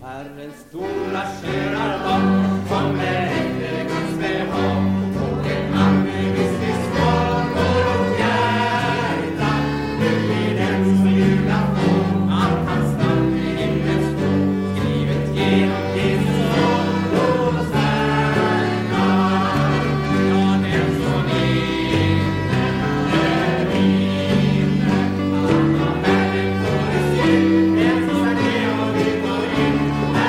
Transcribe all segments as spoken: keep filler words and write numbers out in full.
Herrens stora sköra barn kommer efter Guds behag och en andevisslig skål går åt hjärta. Nu blir den som jublar på att hans namn i himlens bok skrivet genom Jesus ord och stjärna. Ja, den som vinner är vinner. Alla världen får det se, den som är det och vi går in.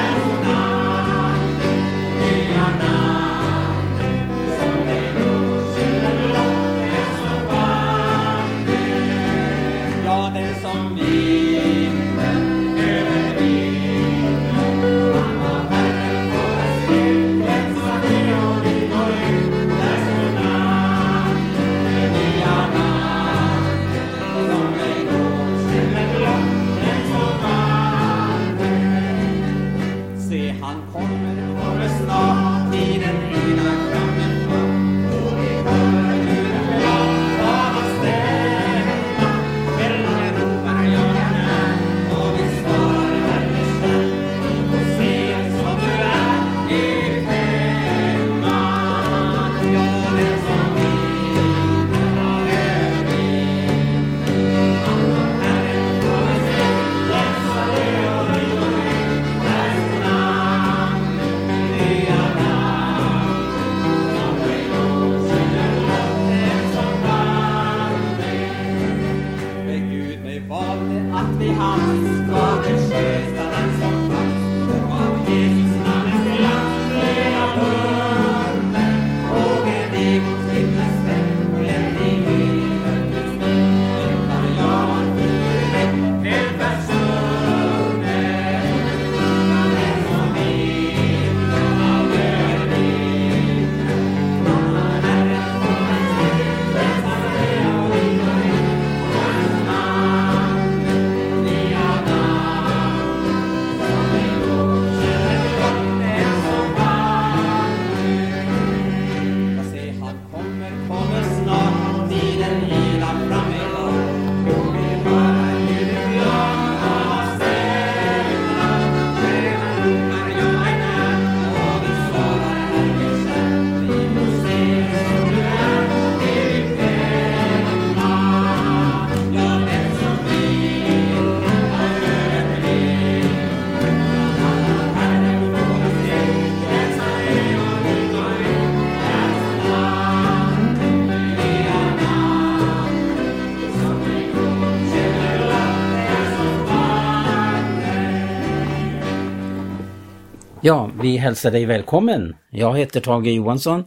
Ja, vi hälsar dig välkommen. Jag heter Tage Johansson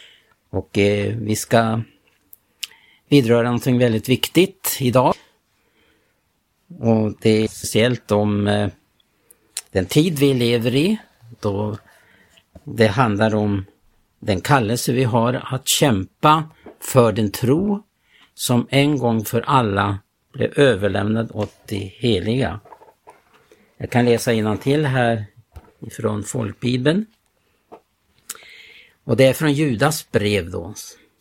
och eh, vi ska vidröra någonting väldigt viktigt idag. Och det är speciellt om eh, den tid vi lever i, då det handlar om den kallelse vi har att kämpa för den tro som en gång för alla blev överlämnad åt det heliga. Jag kan läsa innantill här från folkbibeln. Och det är från Judas brev då.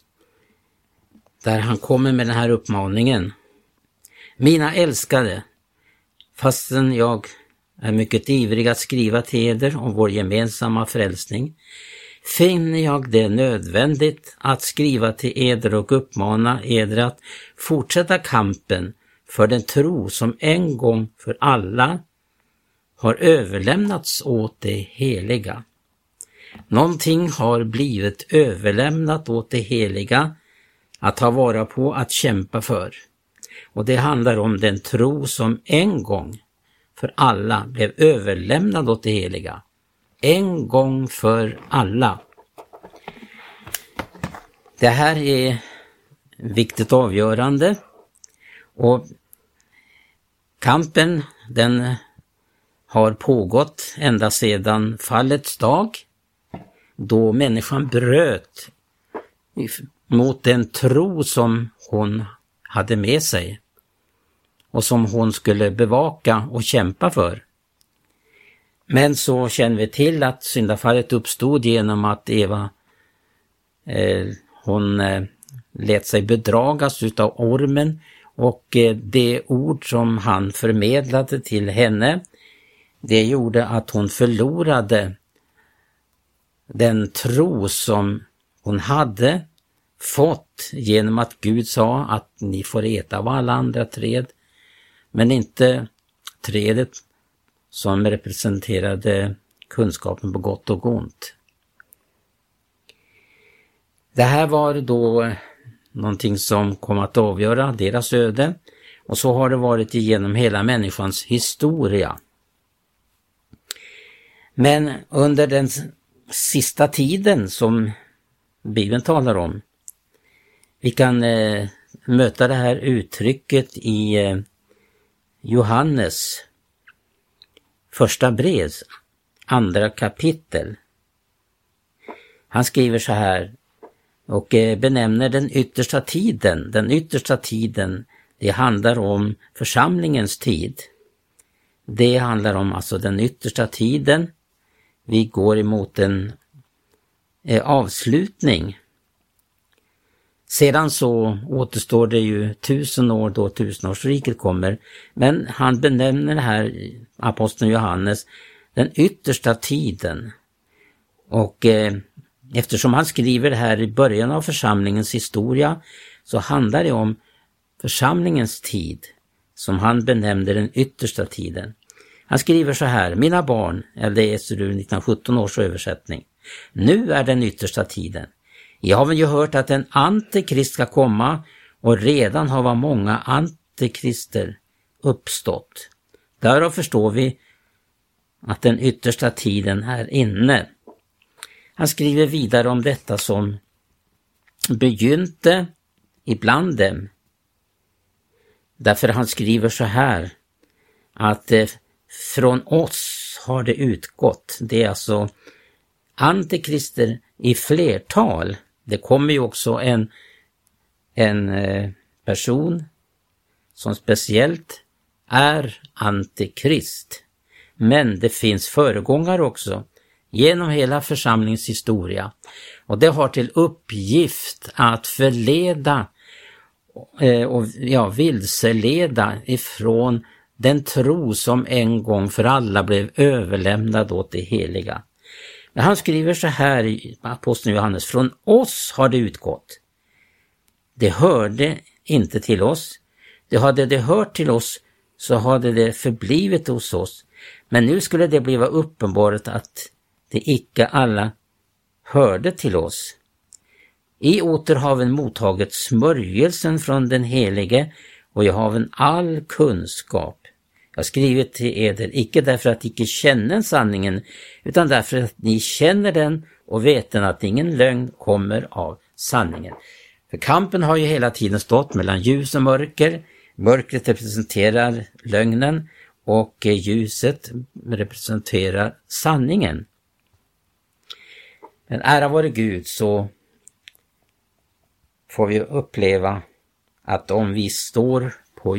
Där han kommer med den här uppmaningen. Mina älskade, fastän jag är mycket ivrig att skriva till eder om vår gemensamma frälsning, finner jag det nödvändigt att skriva till eder och uppmana eder att fortsätta kampen för den tro som en gång för alla har överlämnats åt det heliga. Någonting har blivit överlämnat åt det heliga att ta vara på, att kämpa för. Och det handlar om den tro som en gång för alla blev överlämnad åt det heliga. En gång för alla. Det här är viktigt och avgörande. Och kampen, den har pågått ända sedan fallets dag, då människan bröt mot den tro som hon hade med sig och som hon skulle bevaka och kämpa för. Men så känner vi till att syndafallet uppstod genom att Eva eh, hon eh, lät sig bedragas utav ormen, och eh, det ord som han förmedlade till henne, det gjorde att hon förlorade den tro som hon hade fått genom att Gud sa att ni får äta av alla andra träd, men inte trädet som representerade kunskapen på gott och ont. Det här var då någonting som kom att avgöra deras öde, och så har det varit igenom hela människans historia. Men under den sista tiden som Bibeln talar om, vi kan eh, möta det här uttrycket i eh, Johannes första brev, andra kapitel. Han skriver så här och eh, benämner den yttersta tiden. Den yttersta tiden, det handlar om församlingens tid. Det handlar om alltså den yttersta tiden. Vi går emot en eh, avslutning. Sedan så återstår det ju tusen år då tusenårsriket kommer. Men han benämner det här, aposteln Johannes, den yttersta tiden. Och eh, eftersom han skriver det här i början av församlingens historia, så handlar det om församlingens tid som han benämner den yttersta tiden. Han skriver så här: mina barn, eller det är S R U nittonhundrasjutton års översättning. Nu är den yttersta tiden. Jag har väl ju hört att en antikrist ska komma, och redan har många antikrister uppstått. Därav förstår vi att den yttersta tiden är inne. Han skriver vidare om detta som begynte ibland dem. Därför han skriver så här att eh, från oss har det utgått. Det är alltså antikrister i flertal. Det kommer ju också en, en eh, person som speciellt är antikrist. Men det finns föregångare också genom hela församlingens historia. Och det har till uppgift att förleda eh, och ja, vilseleda ifrån den tro som en gång för alla blev överlämnad åt det heliga. Men han skriver så här i aposteln Johannes: från oss har det utgått. Det hörde inte till oss. Det hade det hört till oss, så hade det förblivit hos oss. Men nu skulle det bli uppenbart att det icke alla hörde till oss. I åter haven mottaget smörjelsen från den helige, och jag haven all kunskap. Jag har skrivit till eder, icke därför att icke känner sanningen, utan därför att ni känner den och vet att ingen lögn kommer av sanningen. För kampen har ju hela tiden stått mellan ljus och mörker. Mörkret representerar lögnen och ljuset representerar sanningen. Men ära vare Gud, så får vi uppleva att om vi står på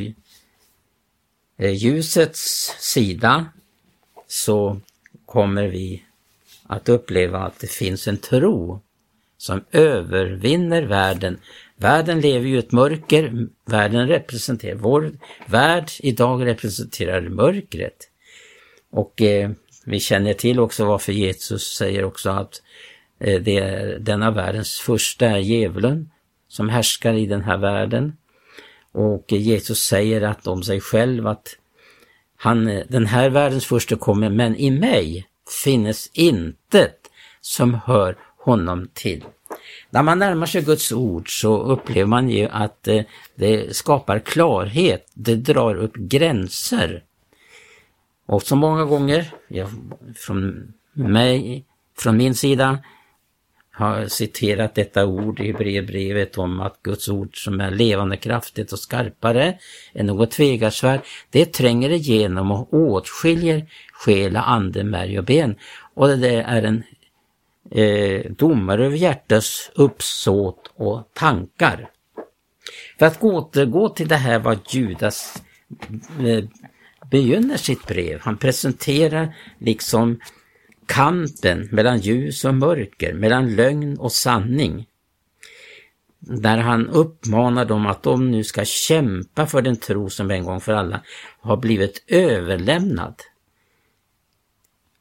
ljusets sida, så kommer vi att uppleva att det finns en tro som övervinner världen. Världen lever ju ett mörker, världen representerar, vår värld idag representerar mörkret. Och eh, vi känner till också varför Jesus säger också att eh, det är denna världens första är djävulen som härskar i den här världen. Och eh, Jesus säger att om sig själv att han, den här världens första kommer, men i mig finnes intet som hör honom till. När man närmar sig Guds ord så upplever man ju att eh, det skapar klarhet, det drar upp gränser. Och så många gånger, jag, från mig, från min sida, har citerat detta ord i Hebreerbrevet om att Guds ord som är levande, kraftigt och skarpare än något tvegarsvärd, det tränger igenom och åtskiljer själ, ande, märg och ben. Och det är en eh, domare över hjärtas uppsåt och tankar. För att återgå till det här vad Judas eh, begynner sitt brev. Han presenterar liksom kampen mellan ljus och mörker, mellan lögn och sanning. Där han uppmanar dem att de nu ska kämpa för den tro som en gång för alla har blivit överlämnad.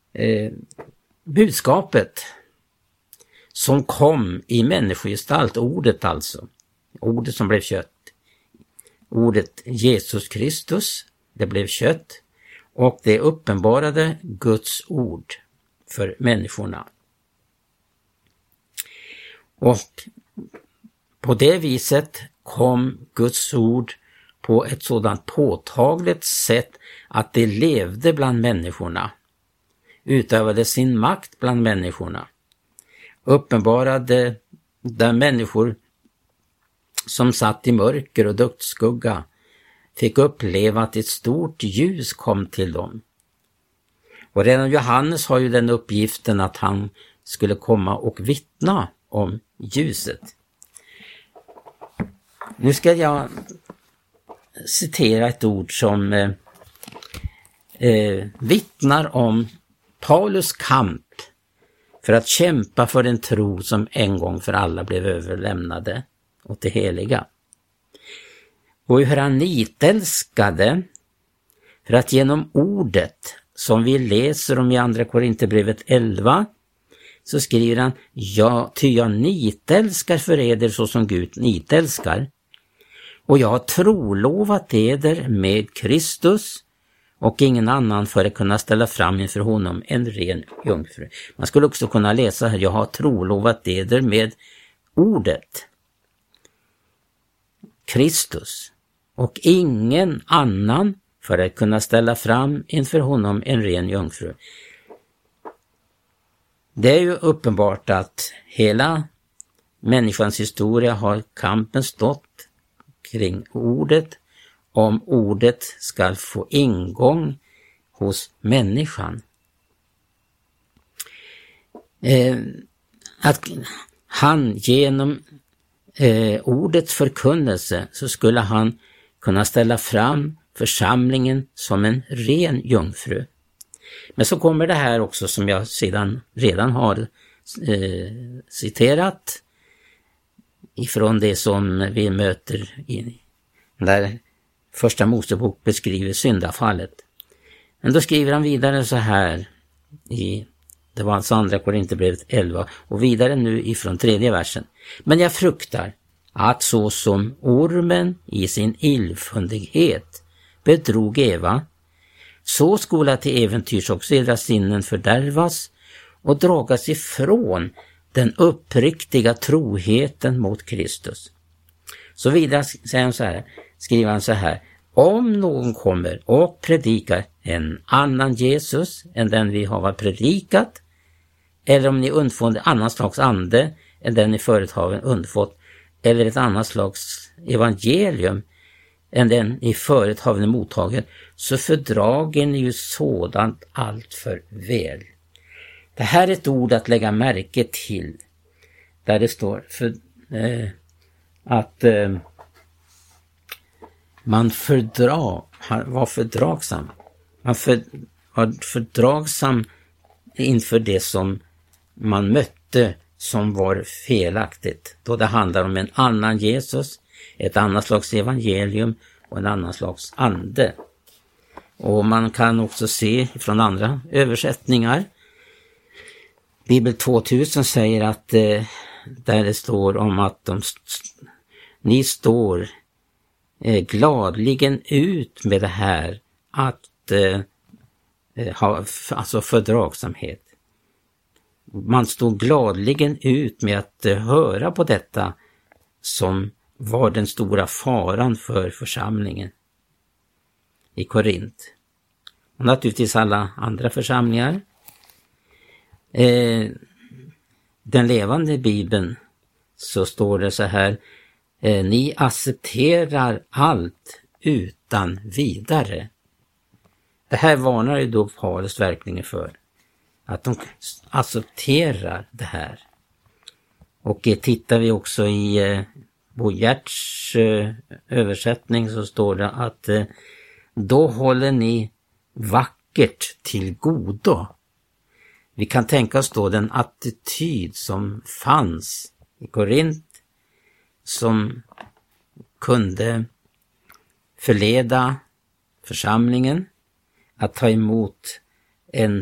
eh, budskapet som kom i människogestalt, ordet alltså, ordet som blev kött. Ordet Jesus Kristus, det blev kött och det uppenbarade Guds ord för människorna. Och på det viset kom Guds ord på ett sådant påtagligt sätt att det levde bland människorna, utövade sin makt bland människorna, uppenbarade där människor som satt i mörker och dödsskugga fick uppleva att ett stort ljus kom till dem. Och redan Johannes har ju den uppgiften att han skulle komma och vittna om ljuset. Nu ska jag citera ett ord som eh, eh, vittnar om Paulus kamp för att kämpa för den tro som en gång för alla blev överlämnade åt det heliga. Och hur han nitälskade för att genom ordet som vi läser om i andra Korinthierbrevet elva så skriver han: ja, ty jag nitälskar för eder så som Gud nitälskar. Och jag har trolovat eder med Kristus och ingen annan för att kunna ställa fram inför honom en ren jungfru. Man skulle också kunna läsa här: jag har trolovat eder med ordet Kristus och ingen annan för att kunna ställa fram inför honom en ren jungfru. Det är ju uppenbart att hela människans historia har kampen stått kring ordet, om ordet ska få ingång hos människan. Eh, att han genom eh, ordets förkunnelse så skulle han kunna ställa fram församlingen som en ren jungfru. Men så kommer det här också som jag sedan redan har eh, citerat ifrån det som vi möter i där första Mosebok beskriver syndafallet. Men då skriver han vidare så här i, det var alltså andra Korinthierbrevet elva och vidare nu ifrån tredje versen. Men jag fruktar att så som ormen i sin illfundighet bedrog Eva, så skola till äventyrs också era sinnen fördärvas och dragas ifrån den uppriktiga troheten mot Kristus. Så vidare säger han så här, skriver han så här: om någon kommer och predikar en annan Jesus än den vi har predikat, eller om ni undfått en annan slags ande än den ni förut har undfått, eller ett annat slags evangelium än den ni förut har mottagit, så fördrager ni ju sådant allt för väl. Det här är ett ord att lägga märke till, där det står för, eh, att eh, man fördrar, var fördragsam. Man för, var fördragsam inför det som man mötte som var felaktigt. Då det handlar om en annan Jesus, ett annat slags evangelium och en annan slags ande. Och man kan också se från andra översättningar. Bibel tvåtusen säger att eh, där det står om att de, ni står eh, gladligen ut med det här att eh, ha alltså fördragsamhet. Man står gladligen ut med att eh, höra på detta som var den stora faran för församlingen i Korint. Och naturligtvis alla andra församlingar. Eh, den levande Bibeln så står det så här: eh, ni accepterar allt utan vidare. Det här varnar ju då Paulus verkligen för. Att de accepterar det här. Och eh, tittar vi också i eh, Bojerts eh, översättning så står det att eh, då håller ni vackert till godo. Vi kan tänka oss då den attityd som fanns i Korint som kunde förleda församlingen att ta emot en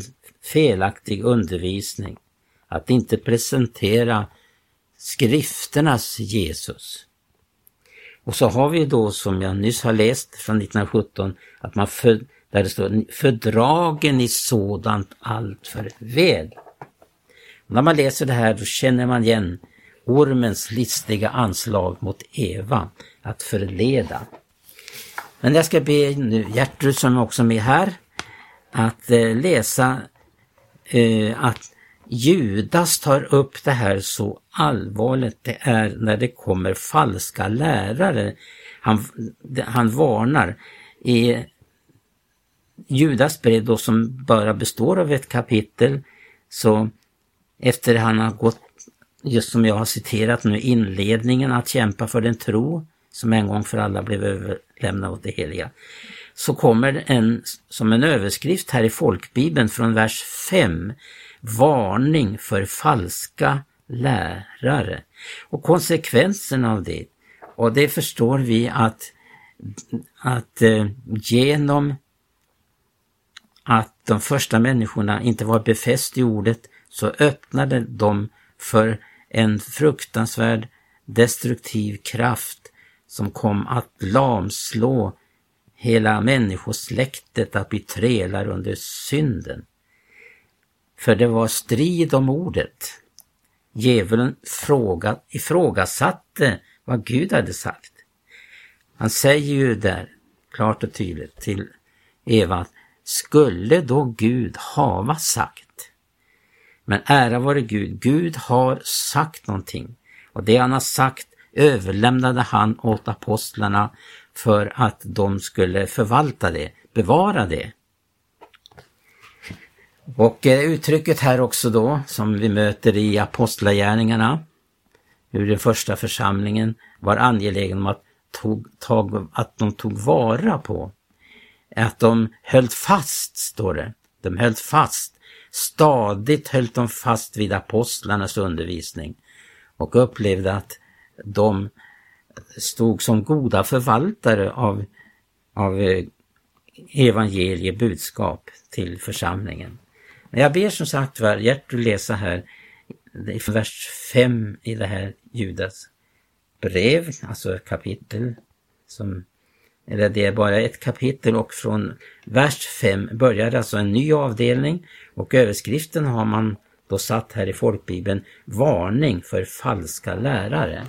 felaktig undervisning, att inte presentera skrifternas Jesus. Och så har vi då, som jag nyss har läst från nittonhundrasjutton, att man för, där det står fördragen i sådant allt för väl. Och när man läser det här, då känner man igen ormens listiga anslag mot Eva, att förleda. Men jag ska be nu Gertrud, som är också med här, att eh, läsa eh, att Judas tar upp det här så allvarligt det är när det kommer falska lärare. Han, han varnar i Judas brev då, som bara består av ett kapitel, så efter han har gått, just som jag har citerat nu, inledningen att kämpa för den tro som en gång för alla blev överlämnad åt det heliga, så kommer en som en överskrift här i folkbibeln från vers fem, varning för falska lärare. Och konsekvensen av det, och det förstår vi att, att eh, genom att de första människorna inte var befäst i ordet, så öppnade de för en fruktansvärd destruktiv kraft som kom att lamslå hela människosläktet, att bli trälar under synden. För det var strid om ordet. Djävulen fråga, ifrågasatte vad Gud hade sagt. Han säger ju där klart och tydligt till Eva, skulle då Gud hava sagt? Men ära vare Gud, Gud har sagt någonting. Och det han har sagt överlämnade han åt apostlarna för att de skulle förvalta det, bevara det. Och uttrycket här också då, som vi möter i apostlagärningarna, hur den första församlingen var angelägen om att, tog, tag, att de tog vara på. Att de höll fast, står det. De höll fast. Stadigt höll de fast vid apostlarnas undervisning. Och upplevde att de stod som goda förvaltare av, av evangeliebudskap till församlingen. Men jag ber som sagt var Gertrud läsa här i vers fem i det här Judas brev, alltså kapitel, som, eller det är bara ett kapitel, och från vers fem börjar alltså en ny avdelning, och överskriften har man då satt här i folkbibeln, varning för falska lärare.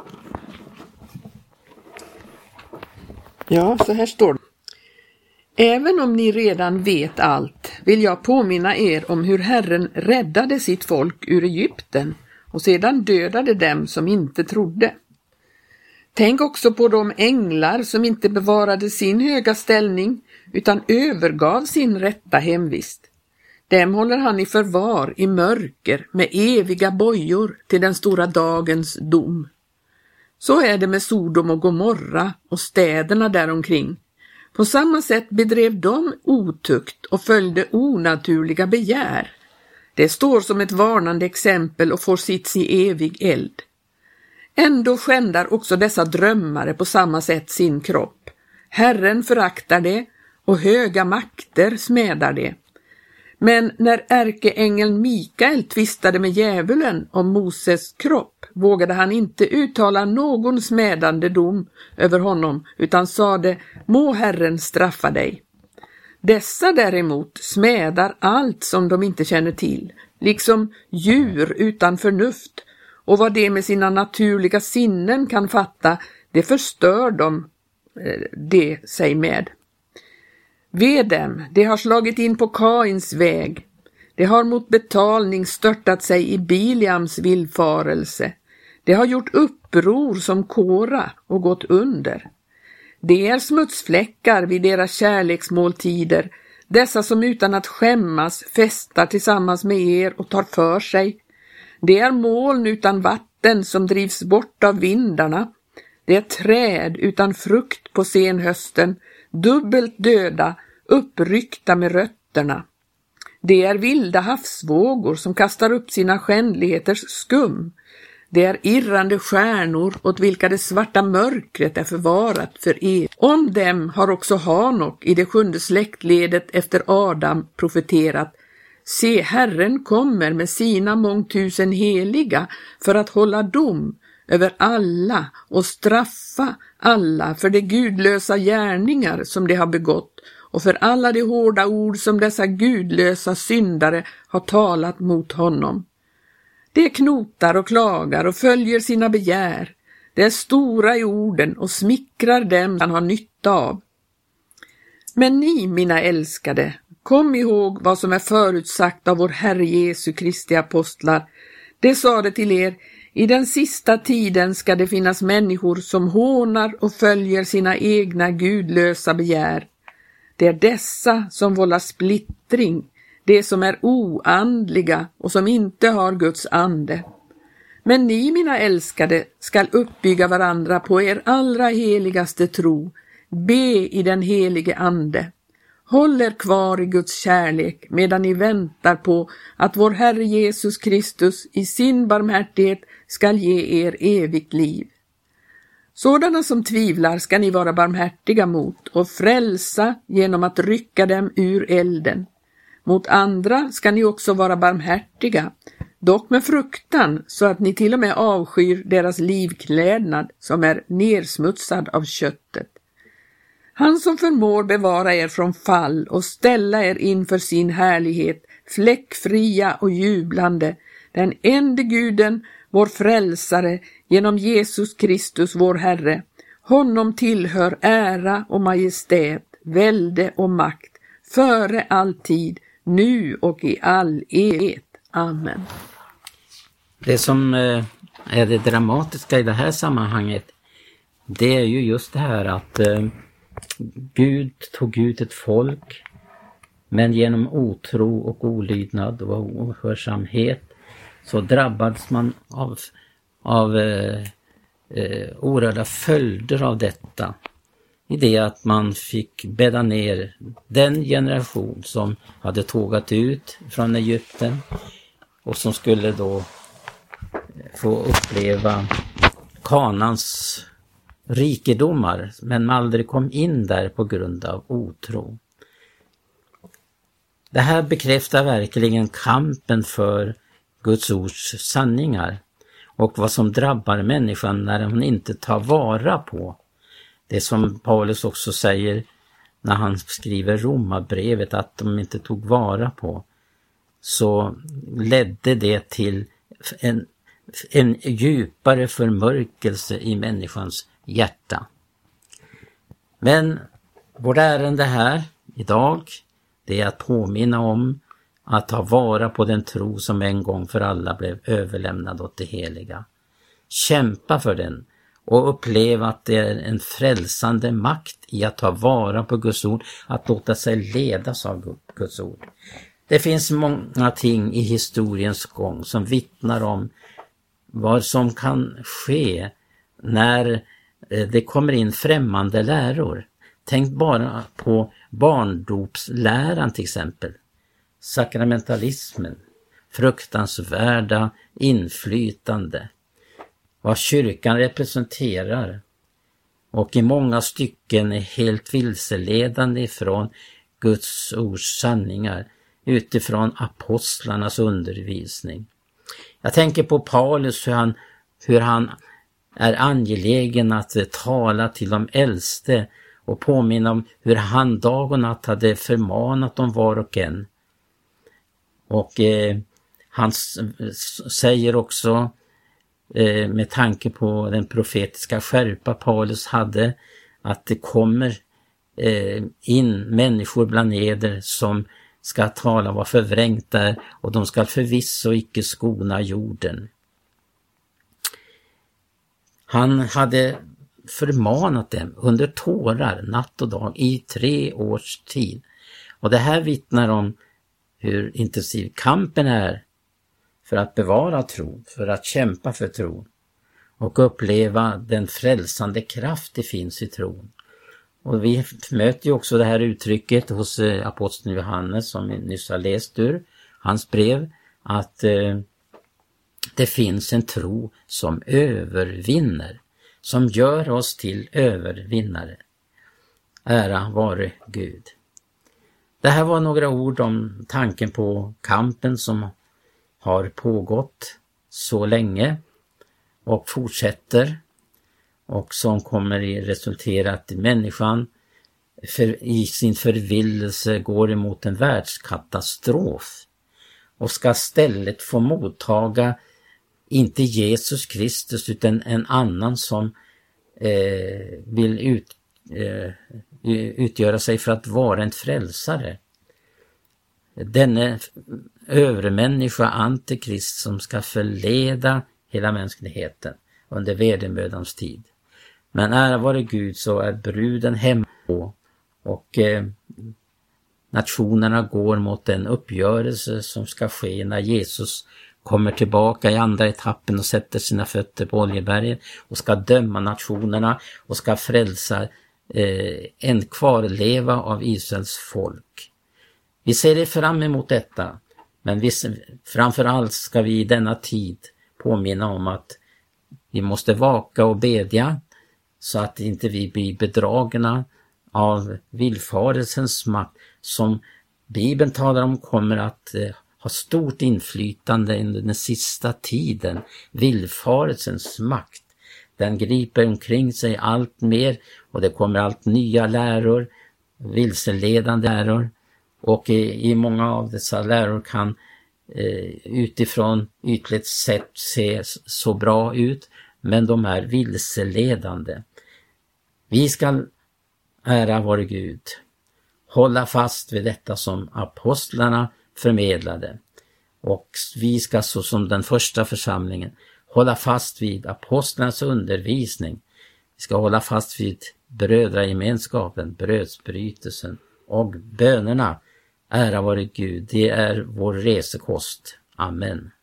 Ja, så här står det. Även om ni redan vet allt vill jag påminna er om hur Herren räddade sitt folk ur Egypten och sedan dödade dem som inte trodde. Tänk också på de änglar som inte bevarade sin höga ställning utan övergav sin rätta hemvist. Dem håller han i förvar i mörker med eviga bojor till den stora dagens dom. Så är det med Sodom och Gomorra och städerna däromkring. På samma sätt bedrev de otukt och följde onaturliga begär. Det står som ett varnande exempel och får sitt i evig eld. Ändå skändar också dessa drömmare på samma sätt sin kropp. Herren föraktar det och höga makter smädar det. Men när ärkeängeln Mikael tvistade med djävulen om Moses kropp vågade han inte uttala någon smädande dom över honom utan sade, må Herren straffa dig. Dessa däremot smädar allt som de inte känner till, liksom djur utan förnuft, och vad de med sina naturliga sinnen kan fatta, det förstör de eh, det sig med. Ve dem, de har slagit in på Kains väg. De har mot betalning störtat sig i Biliams villfarelse. De har gjort uppror som Kora och gått under. Det är smutsfläckar vid deras kärleksmåltider, dessa som utan att skämmas festar tillsammans med er och tar för sig. Det är moln utan vatten som drivs bort av vindarna. Det är träd utan frukt på senhösten, dubbelt döda, uppryckta med rötterna. Det är vilda havsvågor som kastar upp sina skändligheters skum. Det är irrande stjärnor åt vilka det svarta mörkret är förvarat för er. Om dem har också Hanok i det sjunde släktledet efter Adam profeterat. Se, Herren kommer med sina mångtusen heliga för att hålla dom över alla och straffa alla för de gudlösa gärningar som de har begått och för alla de hårda ord som dessa gudlösa syndare har talat mot honom. De knotar och klagar och följer sina begär. De är stora i orden och smickrar dem han har nytta av. Men ni, mina älskade, kom ihåg vad som är förutsagt av vår Herre Jesu Kristi apostlar. Det sade till er: i den sista tiden ska det finnas människor som hånar och följer sina egna gudlösa begär. Det är dessa som vållar splittring, det som är oandliga och som inte har Guds ande. Men ni, mina älskade, skall uppbygga varandra på er allra heligaste tro. Be i den helige ande. Håll er kvar i Guds kärlek medan ni väntar på att vår Herre Jesus Kristus i sin barmhärtighet skall ge er evigt liv. Sådana som tvivlar ska ni vara barmhärtiga mot och frälsa genom att rycka dem ur elden. Mot andra ska ni också vara barmhärtiga, dock med fruktan, så att ni till och med avskyr deras livklädnad som är nersmutsad av köttet. Han som förmår bevara er från fall och ställa er inför sin härlighet, fläckfria och jublande, den ende Guden, vår frälsare, genom Jesus Kristus vår Herre. Honom tillhör ära och majestät, välde och makt, före all tid, nu och i all evighet. Amen. Det som är det dramatiska i det här sammanhanget, det är ju just det här att Gud tog ut ett folk, men genom otro och olydnad och ohörsamhet så drabbades man av, av eh, eh, orörda följder av detta. I det att man fick bädda ner den generation som hade tågat ut från Egypten och som skulle då få uppleva Kanans rikedomar, men aldrig kom in där på grund av otro. Det här bekräftar verkligen kampen för Guds ords sanningar och vad som drabbar människan när hon inte tar vara på det som Paulus också säger när han skriver Romarbrevet, att de inte tog vara på, så ledde det till en, en djupare förmörkelse i människans hjärta. Men vårt ärende här idag, det är att påminna om att ta vara på den tro som en gång för alla blev överlämnad åt det heliga. Kämpa för den och uppleva att det är en frälsande makt i att ta vara på Guds ord, att låta sig ledas av Guds ord. Det finns många ting i historiens gång som vittnar om vad som kan ske när det kommer in främmande läror. Tänk bara på barndopsläran till exempel. Sakramentalismen, fruktansvärda inflytande, vad kyrkan representerar och i många stycken är helt vilseledande ifrån Guds ords sanningar utifrån apostlarnas undervisning. Jag tänker på Paulus, hur han, hur han är angelägen att tala till de äldste och påminna om hur han dag och natt hade förmanat dem var och en. Och eh, han säger också eh, med tanke på den profetiska skärpa Paulus hade, att det kommer eh, in människor bland eder som ska tala vad förvrängt är, och de ska förvisso icke skona jorden. Han hade förmanat dem under tårar natt och dag i tre års tid. Och det här vittnar om hur intensiv kampen är för att bevara tro, för att kämpa för tro och uppleva den frälsande kraft det finns i tron. Och vi möter ju också det här uttrycket hos aposteln Johannes som vi nyss har läst ur hans brev, att eh, det finns en tro som övervinner, som gör oss till övervinnare. Ära vare Gud. Det här var några ord om tanken på kampen som har pågått så länge och fortsätter och som kommer att resultera att människan för, i sin förvillelse går emot en världskatastrof och ska istället få mottaga inte Jesus Kristus utan en annan som eh, vill ut, eh, utgöra sig för att vara en frälsare. Denne övermänniska antikrist som ska förleda hela mänskligheten under vedermödans tid. Men ära vare Gud, så är bruden hemma och eh, nationerna går mot en uppgörelse som ska ske när Jesus kommer tillbaka i andra etappen och sätter sina fötter på Oljeberget och ska döma nationerna och ska frälsa eh, en kvarleva av Israels folk. Vi ser fram emot detta, men vi, framförallt ska vi i denna tid påminna om att vi måste vaka och bedja så att inte vi blir bedragna av villfarelsens makt som Bibeln talar om kommer att eh, ha stort inflytande under den sista tiden. Villfarelsens makt, den griper omkring sig allt mer och det kommer allt nya läror, vilseledande läror, och i, i många av dessa läror kan eh, utifrån ytligt sätt se så bra ut, men de är vilseledande. Vi ska ära vår Gud, hålla fast vid detta som apostlarna förmedlade, och vi ska så som den första församlingen hålla fast vid apostlarnas undervisning. Vi ska hålla fast vid brödragemenskapen, brödsbrytelsen och bönerna. Ära vare Gud, det är vår resekost. Amen.